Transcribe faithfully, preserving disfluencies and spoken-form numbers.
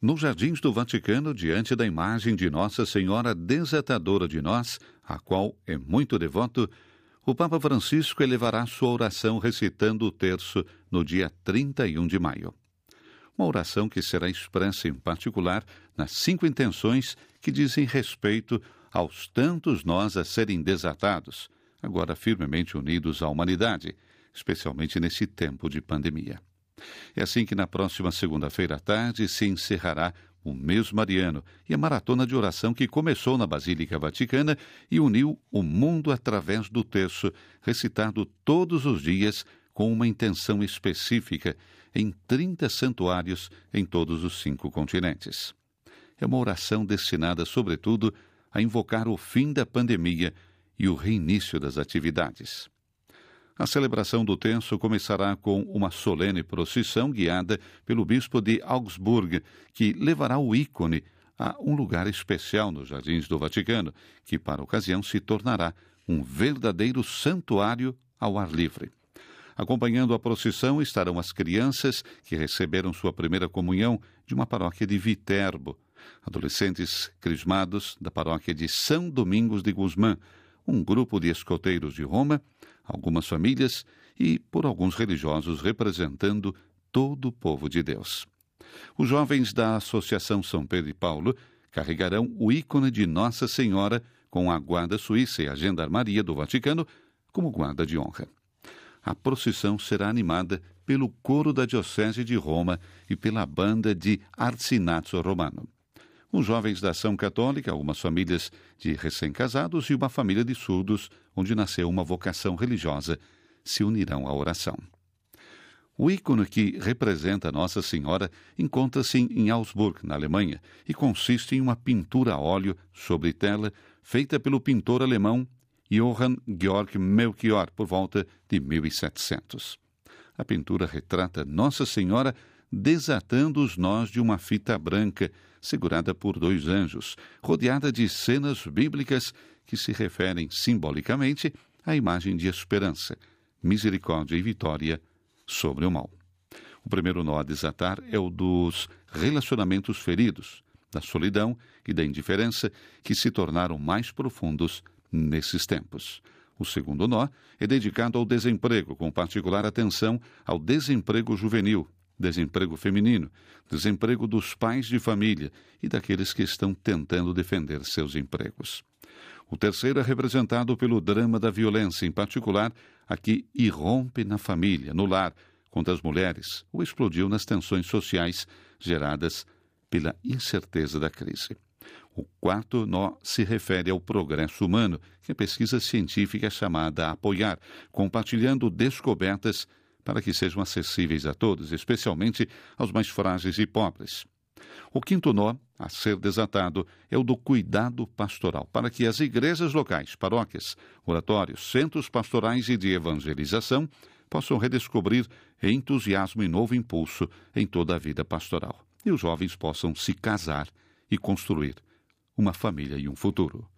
Nos Jardins do Vaticano, diante da imagem de Nossa Senhora Desatadora de Nós, a qual é muito devoto, o Papa Francisco elevará sua oração recitando o terço no dia trinta e um de maio. Uma oração que será expressa em particular nas cinco intenções que dizem respeito aos tantos nós a serem desatados, agora firmemente unidos à humanidade, especialmente nesse tempo de pandemia. É assim que na próxima segunda-feira à tarde se encerrará o mês mariano e a maratona de oração que começou na Basílica Vaticana e uniu o mundo através do terço, recitado todos os dias com uma intenção específica em trinta santuários em todos os cinco continentes. É uma oração destinada, sobretudo, a invocar o fim da pandemia e o reinício das atividades. A celebração do terço começará com uma solene procissão guiada pelo bispo de Augsburg, que levará o ícone a um lugar especial nos Jardins do Vaticano, que para a ocasião se tornará um verdadeiro santuário ao ar livre. Acompanhando a procissão estarão as crianças que receberam sua primeira comunhão de uma paróquia de Viterbo, adolescentes crismados da paróquia de São Domingos de Guzmán, um grupo de escoteiros de Roma, algumas famílias e por alguns religiosos representando todo o povo de Deus. Os jovens da Associação São Pedro e Paulo carregarão o ícone de Nossa Senhora com a Guarda Suíça e a Gendarmeria do Vaticano como guarda de honra. A procissão será animada pelo coro da Diocese de Roma e pela banda de Arcinazzo Romano. Os jovens da Ação Católica, algumas famílias de recém-casados e uma família de surdos, onde nasceu uma vocação religiosa, se unirão à oração. O ícone que representa Nossa Senhora encontra-se em Augsburg, na Alemanha, e consiste em uma pintura a óleo sobre tela feita pelo pintor alemão Johann Georg Melchior, por volta de mil e setecentos. A pintura retrata Nossa Senhora desatando os nós de uma fita branca, segurada por dois anjos, rodeada de cenas bíblicas que se referem simbolicamente à imagem de esperança, misericórdia e vitória sobre o mal. O primeiro nó a desatar é o dos relacionamentos feridos, da solidão e da indiferença que se tornaram mais profundos nesses tempos. O segundo nó é dedicado ao desemprego, com particular atenção ao desemprego juvenil, desemprego feminino, desemprego dos pais de família e daqueles que estão tentando defender seus empregos. O terceiro é representado pelo drama da violência, em particular a que irrompe na família, no lar, contra as mulheres, ou explodiu nas tensões sociais geradas pela incerteza da crise. O quarto nó se refere ao progresso humano, que a pesquisa científica é chamada a apoiar, compartilhando descobertas para que sejam acessíveis a todos, especialmente aos mais frágeis e pobres. O quinto nó a ser desatado é o do cuidado pastoral, para que as igrejas locais, paróquias, oratórios, centros pastorais e de evangelização possam redescobrir entusiasmo e novo impulso em toda a vida pastoral, e os jovens possam se casar e construir uma família e um futuro.